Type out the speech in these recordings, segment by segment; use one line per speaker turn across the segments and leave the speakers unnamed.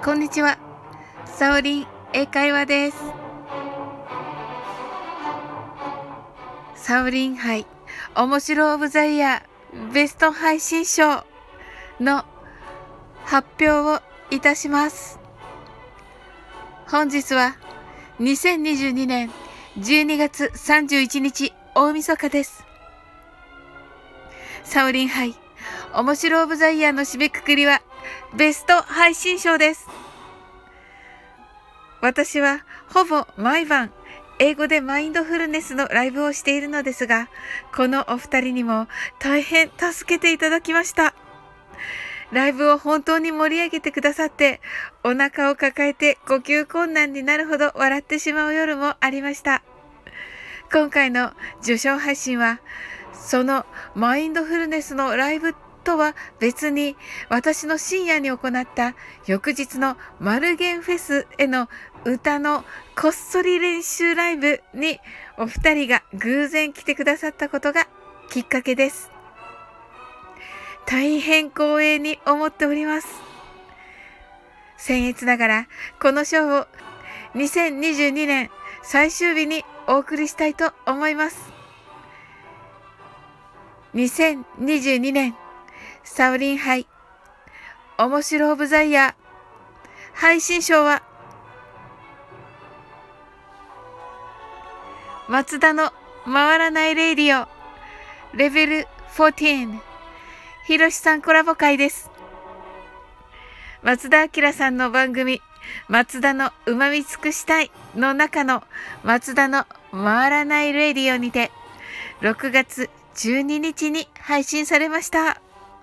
こんにちは。サオリン英会話です。サオリン杯面白オブザイヤーベスト配信賞の発表をいたします。本日は2022年12月31日大晦日です。サオリン杯面白オブザイヤーの締めくくりはベスト配信賞です。私はほぼ毎晩英語でマインドフルネスのライブをしているのですが、このお二人にも大変助けていただきました。ライブを本当に盛り上げてくださって、お腹を抱えて呼吸困難になるほど笑ってしまう夜もありました。今回の受賞配信は、そのマインドフルネスのライブとは別に、私の深夜に行った翌日のマルゲンフェスへの歌のこっそり練習ライブにお二人が偶然来てくださったことがきっかけです。大変光栄に思っております。僭越ながらこの賞を2022年最終日にお送りしたいと思います。2022年サオリン杯面白オブザイヤー配信賞は松田の回らないレイディオレベル14ひろしさんコラボ会です。松田明さんの番組松田のうまみ尽くしたいの中の松田の回らないレイディオにて6月12日に配信されました。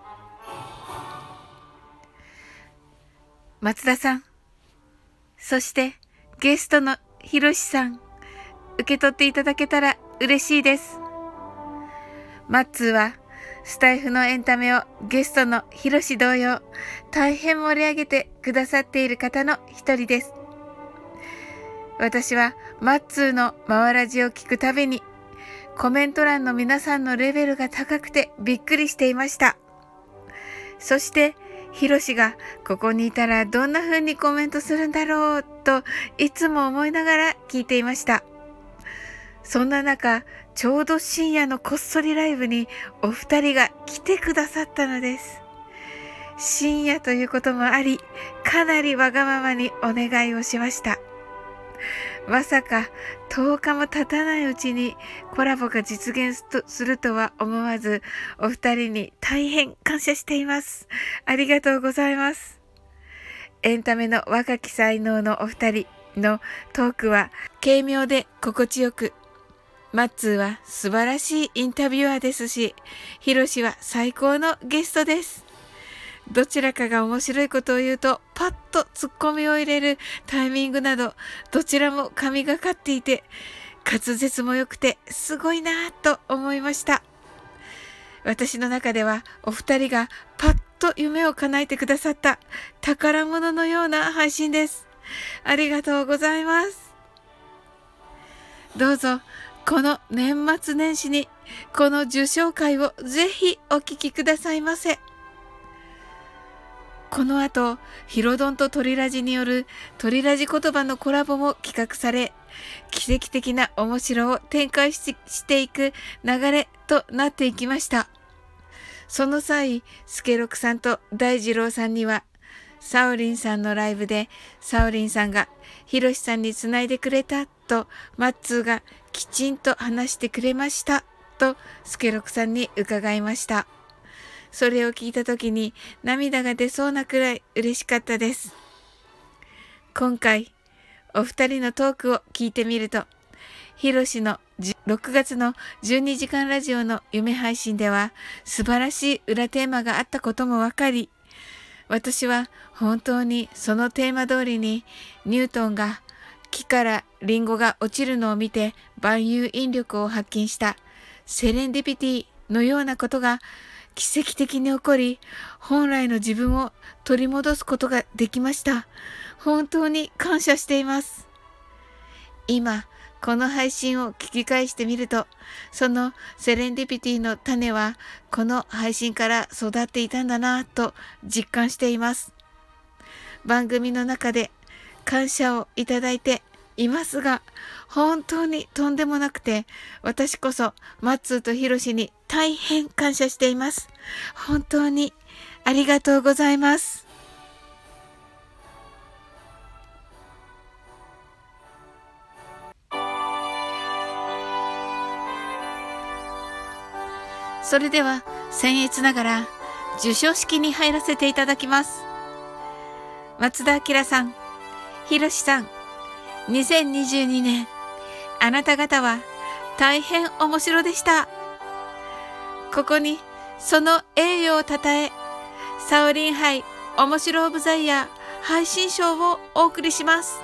松田さん、そしてゲストのひろしさん、受け取っていただけたら嬉しいです。マッツーはスタイフのエンタメをゲストのひろし同様、大変盛り上げてくださっている方の一人です。私はマッツーのマワラジを聞くたびに、コメント欄の皆さんのレベルが高くてびっくりしていました。そして、ひろしがここにいたらどんな風にコメントするんだろうといつも思いながら聞いていました。そんな中、ちょうど深夜のこっそりライブにお二人が来てくださったのです。深夜ということもあり、かなりわがままにお願いをしました。まさか10日も経たないうちにコラボが実現するとは思わず、お二人に大変感謝しています。ありがとうございます。エンタメの若き才能のお二人のトークは軽妙で心地よく、マッツーは素晴らしいインタビュアーですし、ヒロシは最高のゲストです。どちらかが面白いことを言うとパッとツッコミを入れるタイミングなど、どちらも神がかっていて滑舌も良くてすごいなぁと思いました。私の中ではお二人がパッと夢を叶えてくださった宝物のような配信です。ありがとうございます。どうぞこの年末年始にこの受賞会をぜひお聞きくださいませ。この後、ヒロドンとトリラジによるトリラジ言葉のコラボも企画され、奇跡的な面白を展開していく流れとなっていきました。その際、スケロクさんと大二郎さんには、サオリンさんのライブでサオリンさんがヒロシさんにつないでくれたとマッツーがきちんと話してくれましたとスケロクさんに伺いました。それを聞いたときに涙が出そうなくらい嬉しかったです。今回お二人のトークを聞いてみると、ヒロシの6月の12時間ラジオの夢配信では素晴らしい裏テーマがあったこともわかり、私は本当にそのテーマ通りにニュートンが木からリンゴが落ちるのを見て万有引力を発見したセレンディピティのようなことが奇跡的に起こり、本来の自分を取り戻すことができました。本当に感謝しています。今、この配信を聞き返してみると、そのセレンディピティの種はこの配信から育っていたんだなぁと実感しています。 番組の中で感謝をいただいていますが、本当にとんでもなくて、私こそマッツーとヒロシに大変感謝しています。本当にありがとうございます。それでは僭越ながら授賞式に入らせていただきます。松田明さん、ひろしさん、2022年、あなた方は大変面白でした。ここにその栄誉をたたえ、サオリン杯面白オブザイヤー配信賞をお送りします。